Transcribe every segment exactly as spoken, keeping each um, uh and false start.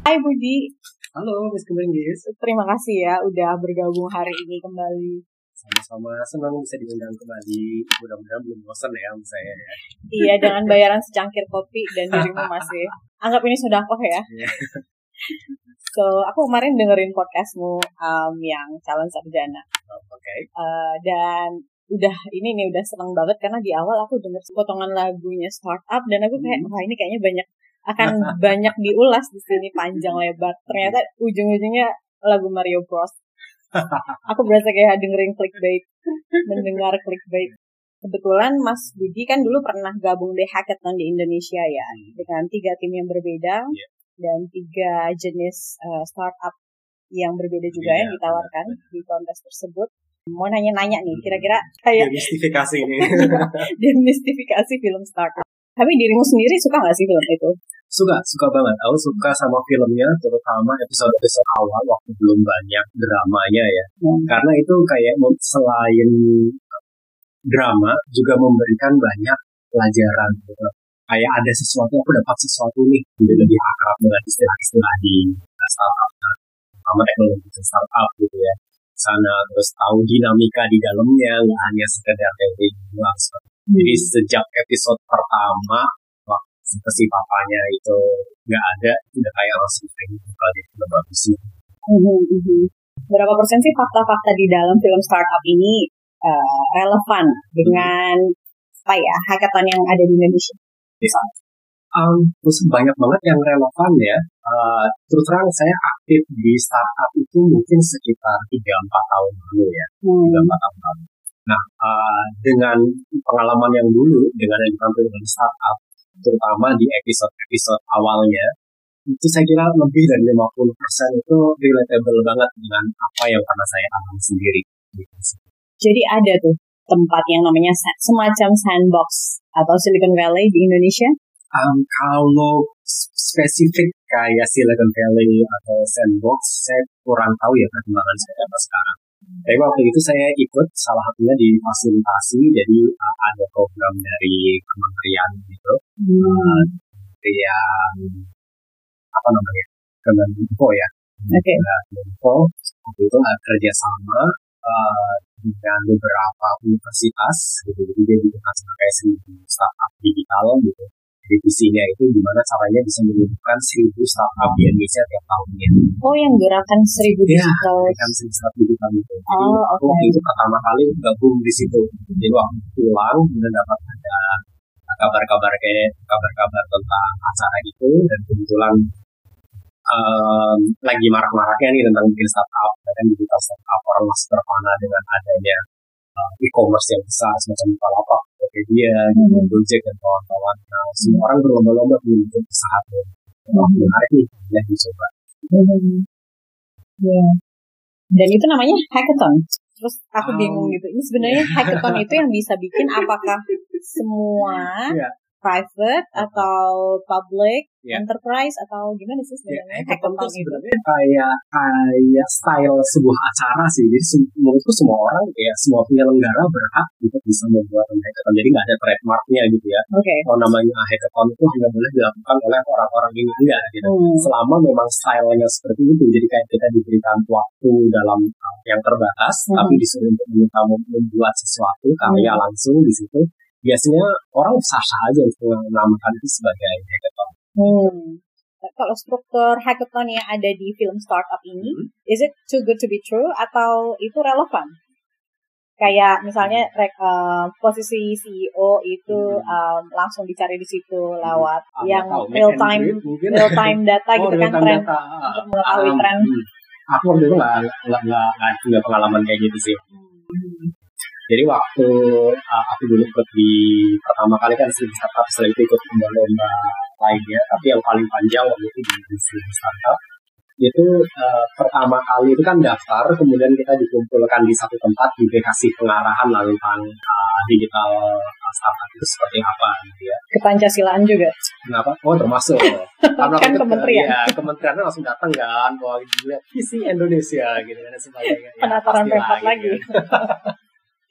Hai Budi. Halo Miss Kemenggis. Terima kasih ya udah bergabung hari ini kembali. Sama-sama, senang bisa diundang kembali. Mudah-mudahan belum bosan ya sama saya ya. Iya, dengan bayaran secangkir kopi dan dirimu masih anggap ini sedekah ya. So, aku kemarin dengerin podcastmu um, yang calon sarjana. Oh, Oke. Okay. Uh, dan udah ini nih udah seneng banget karena di awal aku denger potongan lagunya Startup dan aku kayak wah ini kayaknya banyak akan banyak diulas di sini panjang lebar. Ternyata ujung-ujungnya lagu Mario Bros. Aku berasa kayak dengerin clickbait, mendengar clickbait. Kebetulan Mas Budi kan dulu pernah gabung di Hackathon di Indonesia ya, dengan tiga tim yang berbeda yeah. dan tiga jenis uh, startup yang berbeda juga yeah, yang ditawarkan yeah. di kontes tersebut. Mau nanya-nanya nih, kira-kira kayak demistifikasi ini, demistifikasi film startup. Tapi dirimu sendiri suka nggak sih film itu? Suka, suka banget. Aku suka sama filmnya, terutama episode-episode awal waktu belum banyak dramanya ya. Hmm. Karena itu kayak selain drama juga memberikan banyak pelajaran gitu. Kayak ada sesuatu, aku dapat sesuatu nih, jadi lebih akrab dengan istilah-istilah di startup, sama teknologi startup gitu ya. Sana terus tahu dinamika di dalamnya, nggak hanya sekedar teori luar. Hmm. Jadi sejak episode pertama si papanya itu nggak ada, udah kayak langsung buka deh, udah bagus sih. Mm-hmm. Berapa persen sih fakta-fakta di dalam film startup ini uh, relevan dengan mm-hmm. apa ya hackathon yang ada di Indonesia? Bisa. Um, terus banyak banget yang relevan ya. Uh, terus terang saya aktif di startup itu mungkin sekitar tiga sampai empat tahun dulu ya, hmm. tiga sampai empat tahun lalu. Nah, uh, dengan pengalaman yang dulu, dengan yang ditampilkan di startup, terutama di episode-episode awalnya, itu saya kira lebih dari lima puluh persen itu relatable banget dengan apa yang pernah saya alami sendiri. Jadi ada tuh tempat yang namanya semacam sandbox atau Silicon Valley di Indonesia? Um, kalau spesifik kayak Silicon Valley atau sandbox, saya kurang tahu ya perkembangan saya apa sekarang. Tapi waktu itu saya ikut salah satunya di fasilitasi, jadi uh, ada program dari kementerian gitu, hmm. uh, kementerian apa namanya, Kemenkominfo ya, okay. Kemenkominfo, waktu itu ada kerjasama uh, dengan beberapa universitas, gitu, jadi dia bikin kayak seribu startup digital gitu. Divisinya itu gimana caranya bisa menumbuhkan seribu startup di Indonesia tiap tahunnya. Oh, yang gerakan seribu digital. Ya, gerakan seribu startup digital itu. Jadi oh, aku okay. itu pertama kali gabung di situ. Jadi waktu pulang kemudian dapat ada kabar-kabar kayak kabar-kabar tentang acara itu dan kebetulan um, lagi marak-maraknya nih tentang bikin startup dan digital startup, orang masih terpana dengan adanya Uh, e-commerce yang besar semacam Bukalapak, Tokopedia, mm-hmm. Gojek dan kawan-kawan. Nah, semua orang berlomba-lomba untuk usaha itu. Oh, mm-hmm. menarik nih, ya dicoba. Mm-hmm. Yeah. Dan itu namanya hackathon. Terus aku um, bingung gitu. Ini sebenarnya hackathon itu yang bisa bikin apakah semua yeah. private atau public yeah. enterprise atau gimana sih sebenarnya? Yeah, hackathon itu sebenarnya kayak kayak style sebuah acara sih. Jadi menurutku semua orang kayak semua penyelenggara berhak untuk bisa membuat hackathon. Jadi nggak ada trademarknya gitu ya. Okay. Kalau namanya hackathon itu hanya boleh dilakukan oleh orang-orang ini enggak gitu. Hmm. Selama memang stylenya seperti itu. Jadi kayak kita diberikan waktu dalam uh, yang terbatas, hmm. tapi disuruh untuk membuat sesuatu karya hmm. langsung di situ. Biasanya orang sah-sah aja untuk menamakan itu sebagai hackathon. Hmm. Kalau struktur hackathon yang ada di film startup ini, hmm. is it too good to be true atau itu relevan? Kayak misalnya uh, posisi C E O itu hmm. um, langsung dicari di situ lewat hmm. yang real time real time data oh, gitu kan tren data. Untuk mengetahui um, tren. Hmm. Aku waktu itu nggak nggak nggak punya pengalaman kayak gitu sih. Hmm. Jadi waktu uh, aku dulu ikut di pertama kali kan di startup, setelah itu ikut lomba-lomba lainnya, tapi yang paling panjang waktu itu di startup itu uh, pertama kali itu kan daftar, kemudian kita dikumpulkan di satu tempat, dikasih pengarahan lalu tentang uh, digital uh, startup itu seperti apa gitu ya. Kepancasilaan juga. Kenapa? Oh termasuk. Karena kan kementerian. Ya, kementeriannya langsung datang kan, bahwa dilihat visi Indonesia gitu dan sebagainya. Penataran ya, repot gitu. lagi.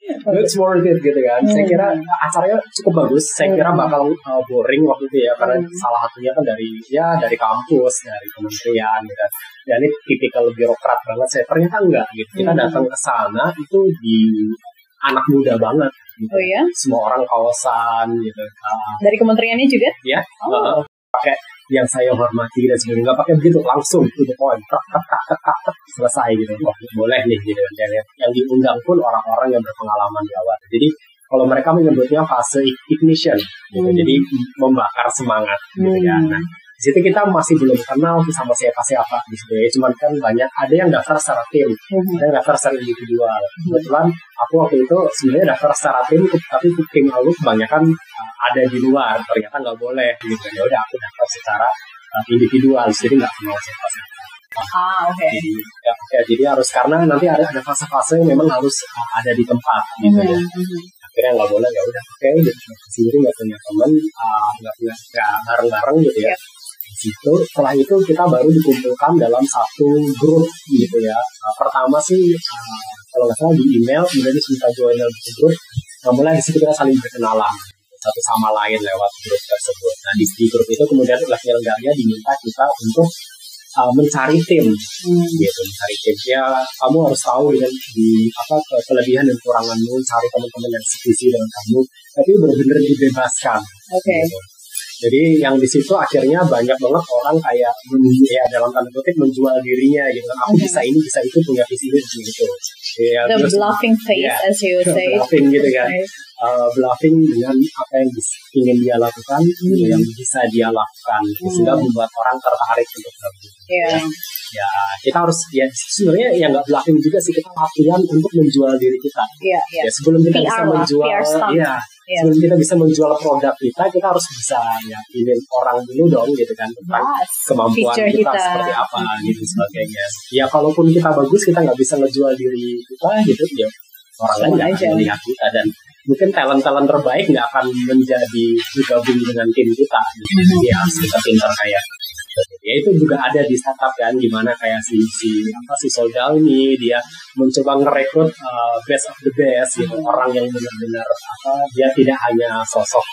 It's worth it gitu kan. Saya kira acaranya cukup bagus. Saya kira bakal uh, boring waktu itu ya, karena salah satunya kan dari ya dari kampus, dari kementerian gitu kan. Ya ini tipikal birokrat banget. Saya ternyata enggak gitu. Kita datang ke sana itu di anak muda banget gitu. Oh ya? Semua orang kawasan gitu. Uh, Dari kementeriannya juga? Ya. Oh. Uh, pakai yang saya hormati dan sebagainya, nggak pakai begitu, langsung to the point, tak tak tak tak tak, tak selesai gitu. Oh, boleh nih gitu. Dan yang diundang pun orang-orang yang berpengalaman di awal. Jadi kalau mereka menyebutnya fase ignition gitu. Hmm. Jadi membakar semangat gitu ya. Nah, di situ kita masih belum kenal sama siapa-siapa di situ ya. Cuman kan banyak, ada yang daftar secara tim, hmm. ada yang daftar secara individual. Kebetulan aku waktu itu sebenarnya daftar secara tim, tapi tim aku kebanyakan uh, ada di luar, ternyata nggak boleh gitu. Ya udah aku daftar secara uh, individual, jadi nggak kenal siapa-siapa. Ah, oke. Okay. Jadi, ya, ya, jadi harus, karena nanti ada ada fase-fase yang memang harus uh, ada di tempat gitu ya. Mm-hmm. Akhirnya nggak boleh, ya udah oke, okay, gitu. Sendiri nggak punya teman, nggak uh, punya nggak bareng-bareng gitu ya. Yep. Di situ setelah itu kita baru dikumpulkan dalam satu grup gitu ya. Uh, pertama sih uh, kalau nggak salah di email, kemudian kita join dalam grup. Nah, mulai di situ kita saling berkenalan satu sama lain lewat grup tersebut. Nah, di, di grup itu kemudian penyelenggaranya diminta kita untuk Uh, mencari tim, hmm. gitu, mencari tim. Ya, kamu harus tahu dengan di apa kelebihan dan kekuranganmu, cari teman-teman yang sevisi dengan kamu, tapi benar-benar dibebaskan. Oke. Okay. Gitu. Jadi yang di situ akhirnya banyak banget orang kayak ya dalam tanda kutip menjual dirinya gitu. Aku okay. bisa ini, bisa itu, punya visi ini gitu. Ya, The terus, bluffing face, yeah, as you would say. Bluffing gitu kan. Okay. Uh, bluffing dengan apa yang ingin dia lakukan, hmm. yang bisa dia lakukan, hmm. sehingga membuat orang tertarik untuk gabung. Yeah. Ya. ya kita harus ya sebenarnya ya nggak bluffing juga sih, kita latihan untuk menjual diri kita. Yeah, yeah. Ya sebelum kita P R bisa lah, menjual, ya yeah. sebelum kita bisa menjual produk kita, kita harus bisa ya ingin orang dulu dong gitu kan tentang yes. kemampuan kita, kita seperti apa hmm. gitu sebagainya. Ya kalaupun kita bagus, kita nggak bisa menjual diri kita gitu ya, orang lain nggak akan melihat kita, dan mungkin talent-talent terbaik nggak akan menjadi bergabung dengan tim kita. Gitu. Ya harus kita pintar kayak. Ya itu juga ada di startup kan, gimana kayak si si apa si Soldal ini dia mencoba ngerekrut uh, best of the best gitu, orang yang benar-benar apa, dia tidak hanya sosok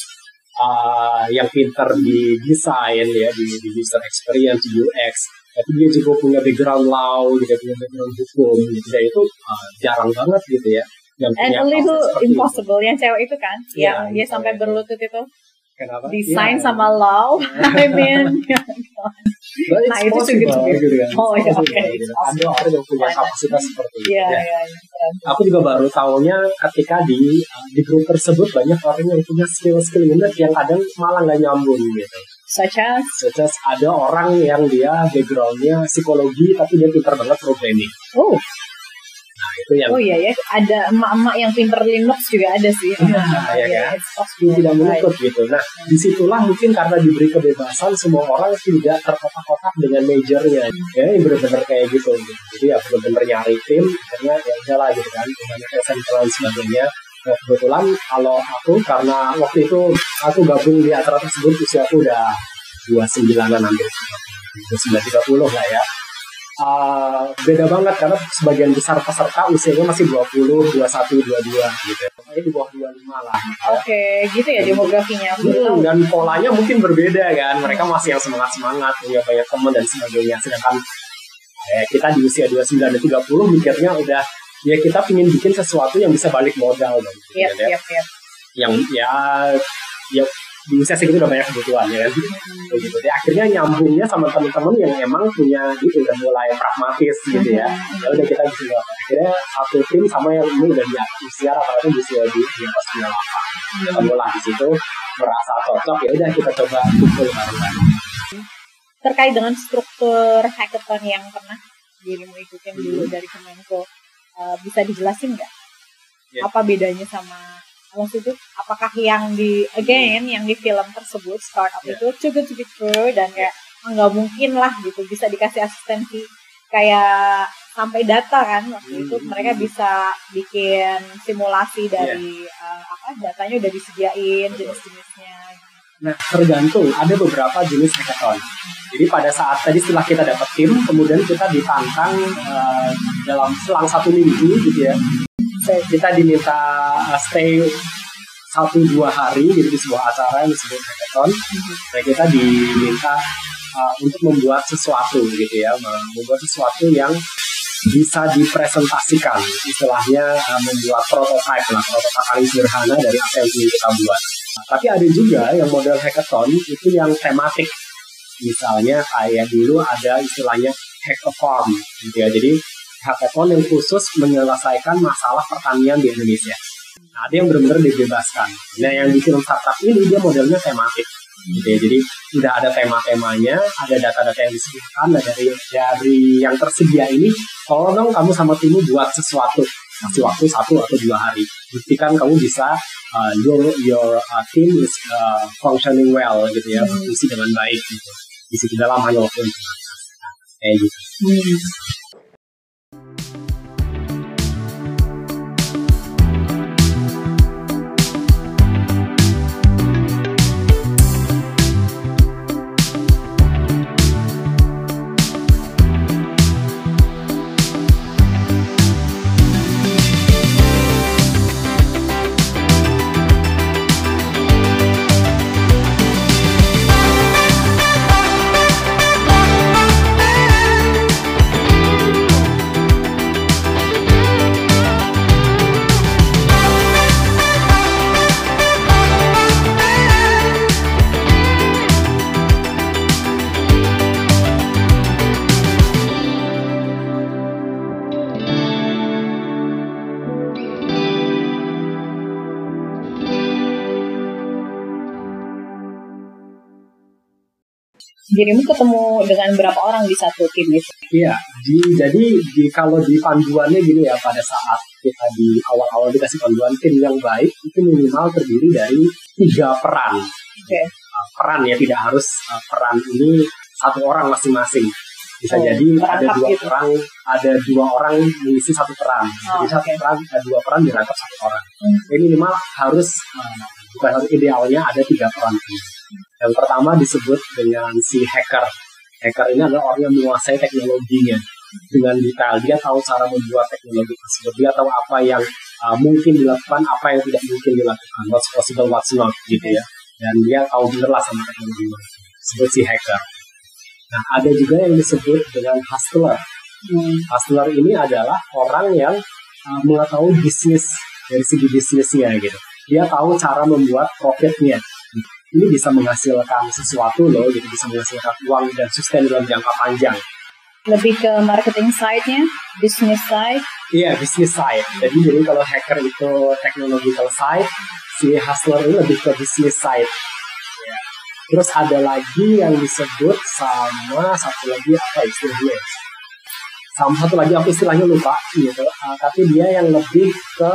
uh, yang pintar di desain ya, di, di user experience, U X, tapi dia juga punya background law gitu, punya background hukum gitu. Dan itu uh, jarang banget gitu ya. Yang And a little impossible itu. Yang cewek itu kan, ya, yang dia sampai ya. berlutut itu. Kenapa? Desain ya. sama law, I mean, nah itu juga gitu kan. Oh ya, oke. Okay. Ada orang yang punya kapasitas seperti itu. Iya, ya. iya, iya. Aku juga baru tahunya ketika di di grup tersebut banyak orang yang punya skill-skill unik yang kadang malah nggak nyambung gitu. Such as? Such as ada orang yang dia backgroundnya psikologi tapi dia pintar banget programming. Oh. Nah, itu yang oh iya ya, ada emak-emak yang pinter Linux juga ada sih. Nah, ya, ya kan? Pasti tidak menutup gitu. Nah, disitulah mungkin karena diberi kebebasan, semua orang tidak terkotak-kotak dengan majornya. Ya, ini benar-benar kayak gitu. Jadi ya benar-benar nyari tim, akhirnya ya udahlah gitu kan. Banyak sentral dan sebagainya. Nah, kebetulan kalau aku, karena waktu itu aku gabung di acara tersebut, usia aku udah dua puluh sembilanan hampir. dua puluh sembilan tiga puluh lah ya. Uh, beda banget karena sebagian besar peserta usianya masih dua puluh, dua puluh satu, dua puluh dua gitu. Ini di bawah dua puluh lima lah. Oke, okay, gitu ya demografinya. Hmm, dan polanya mungkin berbeda kan. Mereka masih yang semangat-semangat, punya banyak teman dan sebagainya. Sedangkan eh, kita di usia dua puluh sembilan dan tiga puluh mikirnya udah ya kita ingin bikin sesuatu yang bisa balik modal dong. Iya, iya, iya. Yang ya ya di usia segitu udah banyak kebutuhan ya kan, hmm. gitu. Jadi akhirnya nyambungnya sama teman-teman yang emang punya gitu, udah mulai pragmatis gitu ya. Hmm. Ya udah kita bisa akhirnya satu tim sama yang ini udah di usia rata-rata di usia di di atas sembilan puluh delapan. Ketemu lah di situ, merasa cocok, ya udah kita coba kumpul bareng-bareng. Terkait dengan struktur hackathon yang pernah dirimu ikutin hmm. dulu dari Kemenko, uh, bisa dijelasin nggak? Yeah. Apa bedanya sama maksud itu, apakah yang di again yang di film tersebut startup yeah. itu too good to be true dan kayak nggak mungkin lah gitu bisa dikasih asistensi kayak sampai data kan waktu hmm. itu mereka bisa bikin simulasi dari yeah. uh, apa datanya udah disediain jenis-jenisnya. Nah tergantung, ada beberapa jenis hackathon. Jadi pada saat tadi setelah kita dapat tim, kemudian kita ditantang uh, dalam selang satu minggu gitu ya. Kita diminta uh, stay satu dua hari gitu di sebuah acara yang disebut hackathon. Nah, kita diminta uh, untuk membuat sesuatu gitu ya, membuat sesuatu yang bisa dipresentasikan, istilahnya uh, membuat prototype lah, prototype paling sederhana dari apa yang ingin kita buat. Tapi ada juga yang model hackathon itu yang tematik, misalnya kayak dulu ada istilahnya hack a farm gitu ya, jadi hackathon yang khusus menyelesaikan masalah pertanian di Indonesia. Nah, ada yang benar-benar dibebaskan. Nah, yang di film startup ini dia modelnya tematik gitu ya, jadi udah ada tema-temanya, ada data-data yang disebutkan. Nah, dari dari yang tersedia ini, tolong dong kamu sama timmu buat sesuatu, kasih waktu satu atau dua hari, buktikan kamu bisa uh, your your uh, team is uh, functioning well gitu ya, berfungsi dengan baik gitu di situ dalam hanya waktu yang terbatas. Kayak gitu. Hmm. Dirimu ketemu dengan berapa orang di satu tim itu? Iya, di, jadi di, kalau di panduannya gini ya, pada saat kita di awal-awal dikasih panduan tim yang baik, itu minimal terdiri dari tiga peran. Okay. Uh, peran ya, tidak harus uh, peran ini satu orang masing-masing. Bisa oh, jadi ada dua gitu. orang, ada dua orang mengisi satu peran. Oh, jadi satu okay. peran, ada dua peran dirangkap satu orang. Hmm. Jadi minimal harus, uh, bukan harus idealnya ada tiga peran. Yang pertama disebut dengan si hacker. Hacker ini adalah orang yang menguasai teknologinya dengan detail. Dia tahu cara membuat teknologi tersebut. Dia tahu apa yang uh, mungkin dilakukan, apa yang tidak mungkin dilakukan. What's possible, what's not, gitu ya. Dan dia tahu bener lah sama teknologi itu. Disebut si hacker. Nah, ada juga yang disebut dengan hustler. Hmm. Hustler ini adalah orang yang uh, mengetahui bisnis dari segi bisnisnya gitu. Dia tahu cara membuat profitnya. Ini bisa menghasilkan sesuatu loh, gitu, bisa menghasilkan uang dan sustain dalam jangka panjang. Lebih ke marketing side-nya, business side? Iya, business side. Jadi, jadi kalau hacker itu technological side, si hustler ini lebih ke business side. Ya. Terus ada lagi yang disebut sama satu lagi apa istilahnya? Sama satu lagi apa istilahnya lupa, gitu. Uh, tapi dia yang lebih ke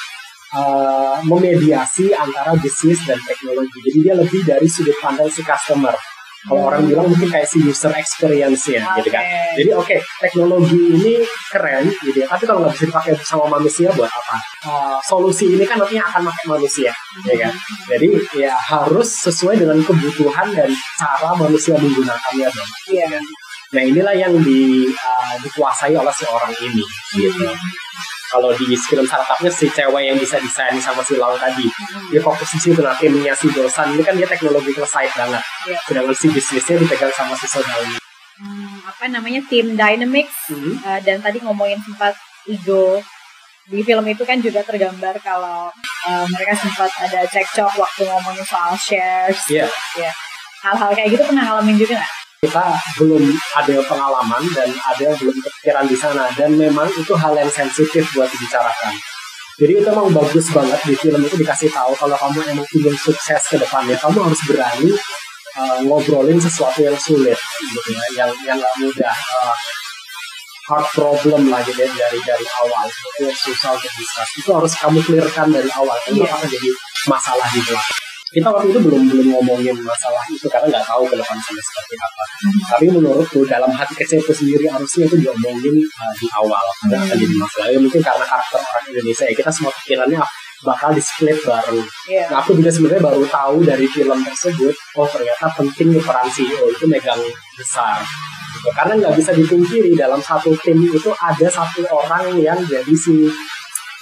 Uh, memediasi antara bisnis dan teknologi. Jadi dia lebih dari sudut pandang si customer. Kalau hmm. orang bilang mungkin kayak si user experience-nya, okay. gitu kan. Jadi oke, okay, teknologi ini keren, gitu ya. Tapi kalau nggak bisa dipakai sama manusia, buat apa? Uh, solusi ini kan nantinya akan pakai manusia, hmm. ya kan. Jadi ya harus sesuai dengan kebutuhan dan cara manusia menggunakannya dong. Yeah. Gitu kan? Nah inilah yang di, uh, dikuasai oleh seorang ini, gitu. Hmm. Kalau di film startupnya si cewek yang bisa desain sama si Lau tadi, hmm. dia fokus di situ. Nah, timnya si Dosan ini kan dia teknologi side banget. Yeah. Sedangkan si bisnisnya dipegang sama si Sodauni. Hmm, apa namanya tim dynamics hmm. uh, dan tadi ngomongin sempat ego di film itu kan juga tergambar kalau uh, mereka sempat ada cekcok waktu ngomongin soal shares. Iya. Yeah. Yeah. Hal-hal kayak gitu pernah ngalamin juga nggak? Kita belum ada pengalaman dan ada yang belum kepikiran di sana, dan memang itu hal yang sensitif buat dibicarakan. Jadi itu memang bagus banget di film itu dikasih tahu kalau kamu emang ingin sukses ke depannya, kamu harus berani uh, ngobrolin sesuatu yang sulit, gitu ya, yang yang nggak mudah, uh, hard problem lah gitu ya, dari dari awal, sesuatu yang susah untuk discuss. Itu harus kamu clearkan dari awal, itu yeah. akan jadi masalah di belakang. Kita waktu itu belum belum ngomongin masalah itu karena nggak tahu ke depan sana seperti apa. Hmm. Tapi menurutku dalam hati kecil itu sendiri harusnya itu diomongin uh, di awal. Nggak hmm. akan jadi masalah. Ya, mungkin karena karakter orang Indonesia ya kita semua pikirannya bakal di split bareng. Yeah. Nah, aku juga sebenarnya baru tahu dari film tersebut, oh ternyata penting peran C E O itu megang besar. Gitu. Karena nggak bisa dipungkiri dalam satu tim itu ada satu orang yang jadi si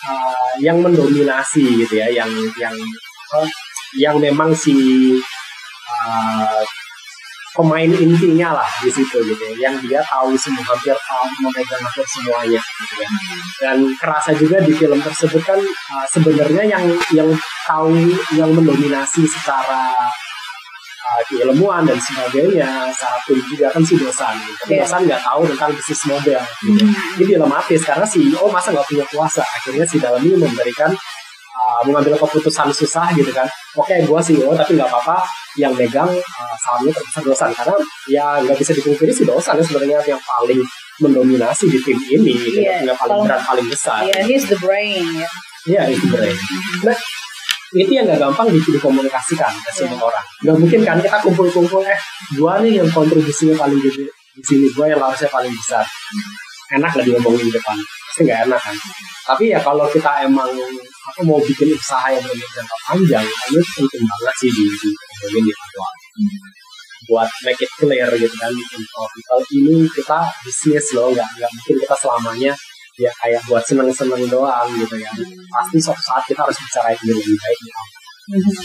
uh, yang mendominasi gitu ya, yang yang uh, yang memang si uh, pemain intinya lah di situ gitu ya, yang dia tahu semua, hampir tahu, memegang hampir semuanya gitu ya. Dan kerasa juga di film tersebut kan uh, sebenarnya yang yang tahu, yang mendominasi secara uh, keilmuan dan sebagainya, secara tim juga kan si Dosan gitu. Tapi yeah. Dosan nggak tahu tentang bisnis model gitu. Mm-hmm. Ini dilematis karena C E O masa nggak punya kuasa. Akhirnya si dalam ini memberikan uh, mengambil keputusan susah gitu kan. Oke, gue C E O tapi nggak apa-apa, yang megang uh, sahamnya terbesar Dosan, karena ya nggak bisa dipungkiri si Dosan ya sebenarnya yang paling mendominasi di tim ini gitu, yeah. yang paling berat, paling besar. Iya, yeah, he's the brain. Ya, yeah, he's the brain. Nah, itu yang nggak gampang di, dikomunikasikan ke semua yeah. orang. Nggak mungkin kan kita kumpul-kumpul, eh gua nih yang kontribusinya paling gede di sini, gua yang harusnya paling besar. Enak lah diomongin di depan, pasti nggak enak kan. Tapi ya kalau kita emang apa mau bikin usaha yang berjangka panjang, itu penting banget sih di diomongin di awal. Hmm. Buat make it clear gitu kan, oh, kalau ini kita bisnis loh, nggak nggak mungkin kita selamanya ya kayak buat seneng-seneng doang gitu ya. Hmm. Pasti suatu saat kita harus bicara itu lebih baik di awal. Hmm.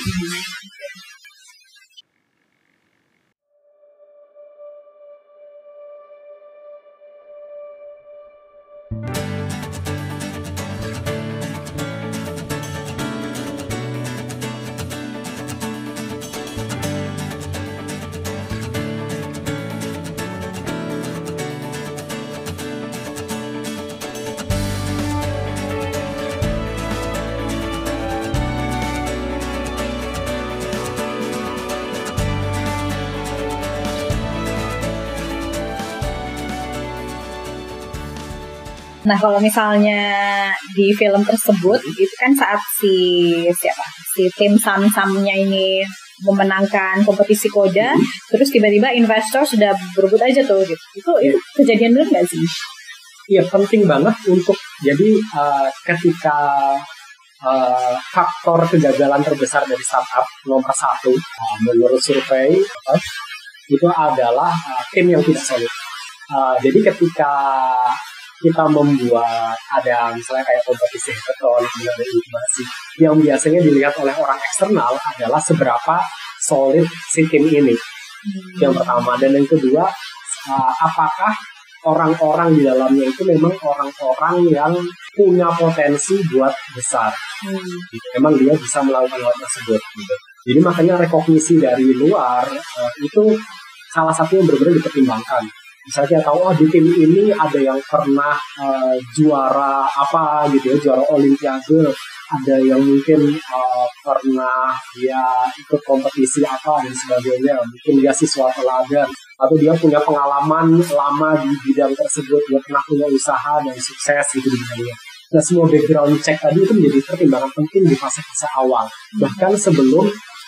Nah, kalau misalnya di film tersebut itu kan saat si siapa si tim Sam-Samnya ini memenangkan kompetisi Koda, hmm. terus tiba-tiba investor sudah berebut aja tuh gitu. Itu yeah. itu kejadian benar nggak sih? Iya, penting banget untuk jadi uh, ketika uh, faktor kegagalan terbesar dari startup nomor satu uh, menurut survei uh, itu adalah uh, tim yang tidak solid. Uh, jadi ketika kita membuat ada misalnya kayak kompetisi hackathon, kemudian ada inkubasi, yang biasanya dilihat oleh orang eksternal adalah seberapa solid si tim ini. Hmm. Yang pertama. Dan yang kedua, uh, apakah orang-orang di dalamnya itu memang orang-orang yang punya potensi buat besar. Hmm. Gitu. Emang dia bisa melakukan hal tersebut. Gitu. Jadi makanya rekognisi dari luar uh, itu salah satu yang benar-benar dipertimbangkan. Misalnya tahu, oh di tim ini ada yang pernah uh, juara apa gitu ya, juara olimpiade, ada yang mungkin uh, pernah dia ikut kompetisi apa dan sebagainya, mungkin dia siswa teladan, atau dia punya pengalaman lama di bidang tersebut, dia pernah punya usaha dan sukses gitu di bidangnya. Nah, semua background check tadi itu menjadi pertimbangan penting di fase-fase awal, bahkan sebelum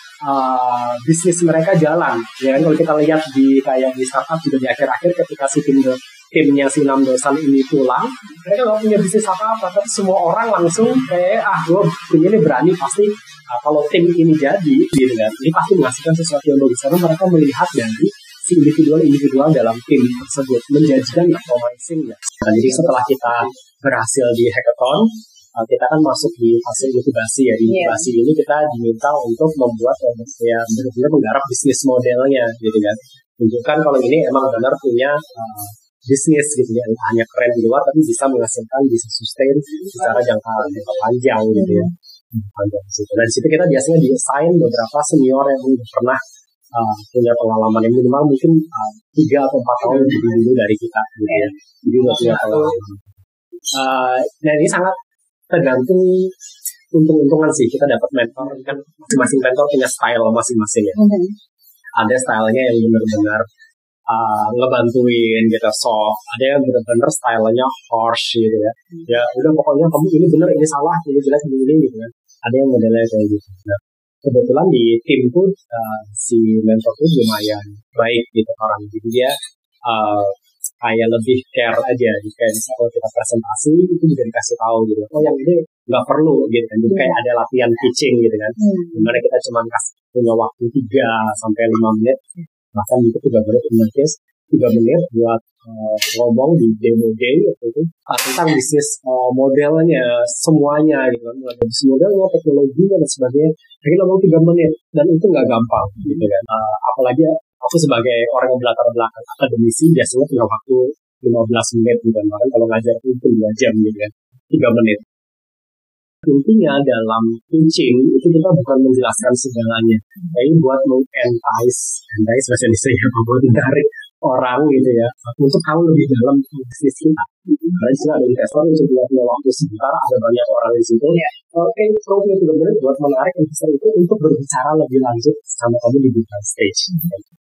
Uh, bisnis mereka jalan, ya kan. Kalau kita lihat di kayak di startup juga di akhir-akhir ketika si tim timnya si Nam Dosan ini pulang, mereka nggak punya bisnis apa-apa, tapi semua orang langsung kayak ah gue tim ini berani pasti uh, kalau tim ini jadi, gitu kan, ini pasti menghasilkan sesuatu yang bagus karena mereka melihat dari si individual-individual dalam tim tersebut menjanjikan nggak, promising nggak. Nah, jadi setelah kita berhasil di hackathon, kita kan masuk di fase inkubasi ya. Di inkubasi yeah. ini kita diminta untuk membuat ya benar-benar menggarap bisnis modelnya gitu kan. Tunjukkan kalau ini emang benar punya uh, bisnis gitu ya, hanya keren di luar tapi bisa menghasilkan, bisa sustain secara jangka jangka panjang gitu ya. Panjang situ. Dan di situ kita biasanya di-assign beberapa senior yang udah pernah uh, punya pengalaman yang minimal mungkin tiga uh, atau empat tahun lebih dulu dari kita gitu ya. Jadi udah punya pengalaman. Uh, dan ini sangat tergantung untung-untungan sih, kita dapat mentor kan, masing-masing mentor punya style masing-masing ya. Mm-hmm. Ada stylenya yang benar-benar uh, ngebantuin gitu, soft. Ada yang benar-benar stylenya harsh gitu ya. Mm-hmm. Ya udah pokoknya kamu ini benar, ini salah, ini jelek, ini ini gitu kan. Ada yang modelnya kayak gitu. Nah, kebetulan di tim pun uh, si mentor tuh lumayan baik gitu orang. Jadi dia uh, kayak lebih care aja, kayak misalnya kalau kita presentasi itu juga dikasih tahu gitu, oh yang ini nggak perlu gitu kan, jadi kayak ada latihan pitching gitu kan, hmm. dimana kita cuma kasih punya waktu tiga sampai lima menit, bahkan itu juga boleh otomatis tiga menit buat uh, ngomong di demo day gitu, uh, tentang bisnis uh, modelnya semuanya gitu kan, bisnis modelnya, teknologinya dan sebagainya. Jadi ngomong tiga menit dan itu nggak gampang gitu kan. Uh, apalagi aku sebagai orang yang berlatar belakang akademisi biasanya punya waktu lima belas menit gitu kan, bahkan kalau ngajar itu dua jam gitu kan, tiga menit. Intinya dalam pitching itu kita bukan menjelaskan segalanya, tapi buat meng-entice, entice bahasa Indonesia ya, buat menarik orang gitu ya, untuk tahu lebih dalam bisnis kita. Karena di sini ada investor yang sudah punya waktu sebentar, ada banyak orang di situ. Yeah. Oke, perlu tiga menit buat menarik investor itu untuk berbicara lebih lanjut sama kamu di depan stage.